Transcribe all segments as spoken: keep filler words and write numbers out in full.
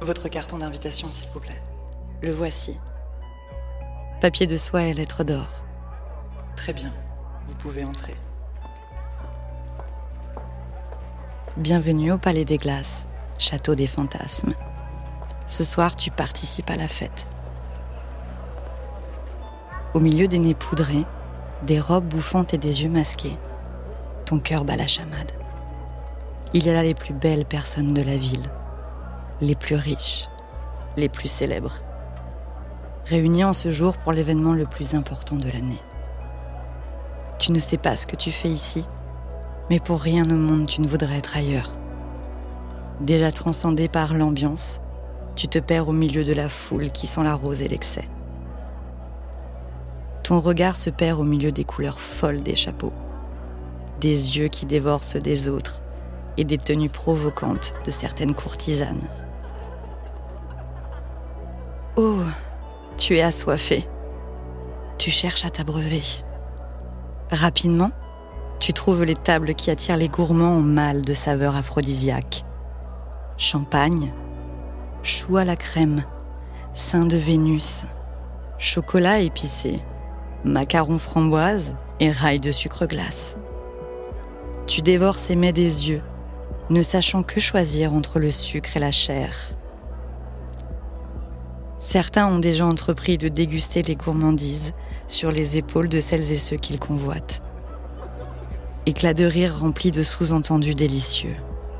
Votre carton d'invitation, s'il vous plaît. Le voici. Papier de soie et lettres d'or. Très bien, vous pouvez entrer. Bienvenue au Palais des Glaces, château des fantasmes. Ce soir, tu participes à la fête. Au milieu des nez poudrés, des robes bouffantes et des yeux masqués, ton cœur bat la chamade. Il y a là les plus belles personnes de la ville, les plus riches, les plus célèbres, réunis en ce jour pour l'événement le plus important de l'année. Tu ne sais pas ce que tu fais ici, mais pour rien au monde tu ne voudrais être ailleurs. Déjà transcendé par l'ambiance, tu te perds au milieu de la foule qui sent la rose et l'excès. Ton regard se perd au milieu des couleurs folles des chapeaux, des yeux qui dévorent ceux des autres et des tenues provocantes de certaines courtisanes. Oh, tu es assoiffé. Tu cherches à t'abreuver. Rapidement, tu trouves les tables qui attirent les gourmands au mal de saveurs aphrodisiaques. Champagne, choux à la crème, sein de Vénus, chocolat épicé, macarons framboises et rails de sucre glace. Tu dévores ces mets des yeux, ne sachant que choisir entre le sucre et la chair. Certains ont déjà entrepris de déguster les gourmandises sur les épaules de celles et ceux qu'ils convoitent. Éclat de rire rempli de sous-entendus délicieux.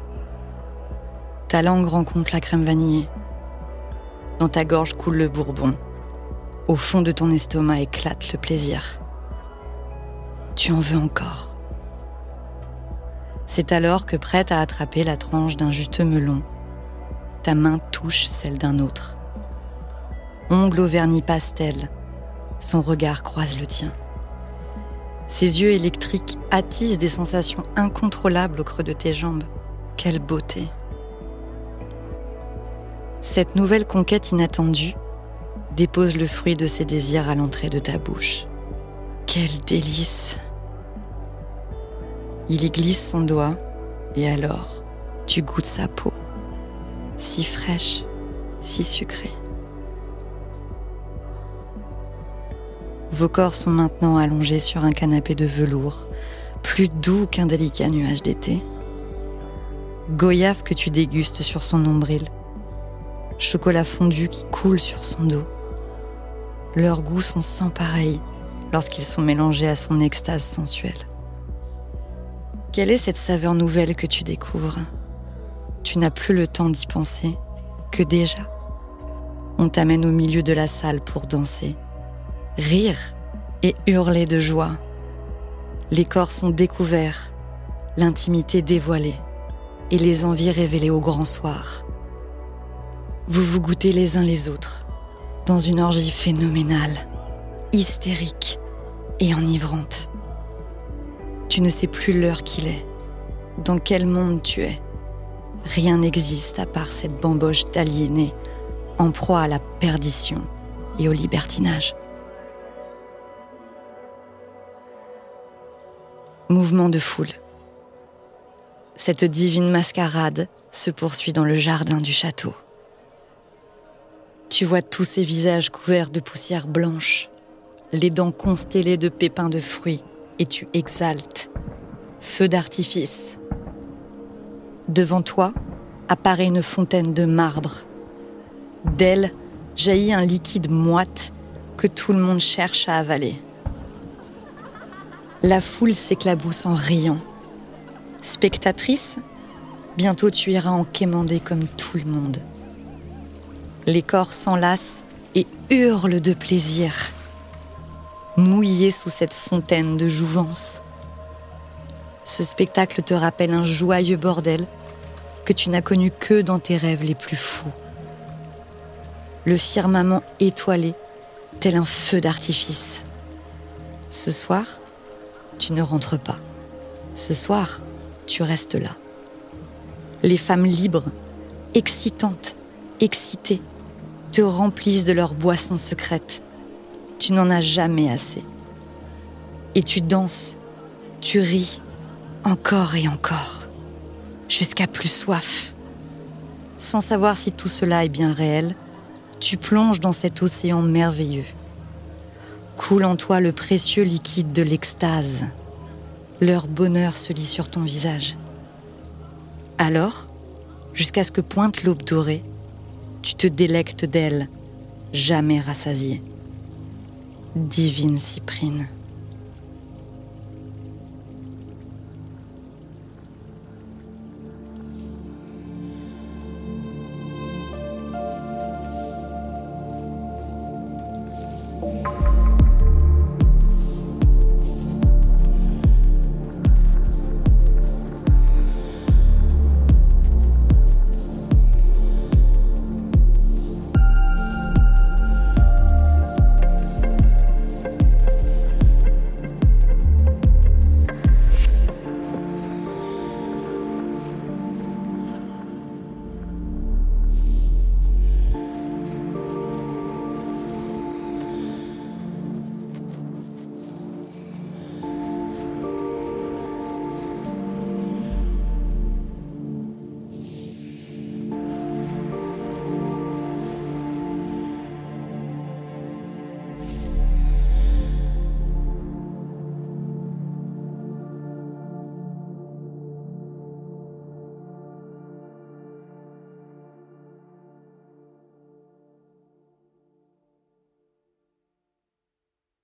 Ta langue rencontre la crème vanillée. Dans ta gorge coule le bourbon. Au fond de ton estomac éclate le plaisir. Tu en veux encore. C'est alors que, prête à attraper la tranche d'un juteux melon, ta main touche celle d'un autre. Ongle au vernis pastel, son regard croise le tien. Ses yeux électriques attisent des sensations incontrôlables au creux de tes jambes. Quelle beauté! Cette nouvelle conquête inattendue dépose le fruit de ses désirs à l'entrée de ta bouche. Quel délice! Il y glisse son doigt, et alors, tu goûtes sa peau, si fraîche, si sucrée. Vos corps sont maintenant allongés sur un canapé de velours, plus doux qu'un délicat nuage d'été. Goyave que tu dégustes sur son nombril, chocolat fondu qui coule sur son dos. Leurs goûts sont sans pareil lorsqu'ils sont mélangés à son extase sensuelle. Quelle est cette saveur nouvelle que tu découvres ? Tu n'as plus le temps d'y penser, que déjà, on t'amène au milieu de la salle pour danser, rire et hurler de joie. Les corps sont découverts, l'intimité dévoilée et les envies révélées au grand soir. Vous vous goûtez les uns les autres, dans une orgie phénoménale, hystérique et enivrante. Tu ne sais plus l'heure qu'il est, dans quel monde tu es. Rien n'existe à part cette bamboche d'aliénés, en proie à la perdition et au libertinage. Mouvement de foule. Cette divine mascarade se poursuit dans le jardin du château. Tu vois tous ces visages couverts de poussière blanche, les dents constellées de pépins de fruits, et tu exaltes. Feu d'artifice. Devant toi apparaît une fontaine de marbre. D'elle jaillit un liquide moite que tout le monde cherche à avaler. La foule s'éclabousse en riant. Spectatrice, bientôt tu iras en quémander comme tout le monde. Les corps s'enlacent et hurlent de plaisir. Mouillé sous cette fontaine de jouvence. Ce spectacle te rappelle un joyeux bordel que tu n'as connu que dans tes rêves les plus fous. Le firmament étoilé, tel un feu d'artifice. Ce soir, tu ne rentres pas. Ce soir, tu restes là. Les femmes libres, excitantes, excitées, te remplissent de leurs boissons secrètes. Tu n'en as jamais assez. Et tu danses, tu ris, encore et encore, jusqu'à plus soif. Sans savoir si tout cela est bien réel, tu plonges dans cet océan merveilleux. Coule en toi le précieux liquide de l'extase. Leur bonheur se lit sur ton visage. Alors, jusqu'à ce que pointe l'aube dorée, tu te délectes d'elle, jamais rassasiée. Divine Cyprine.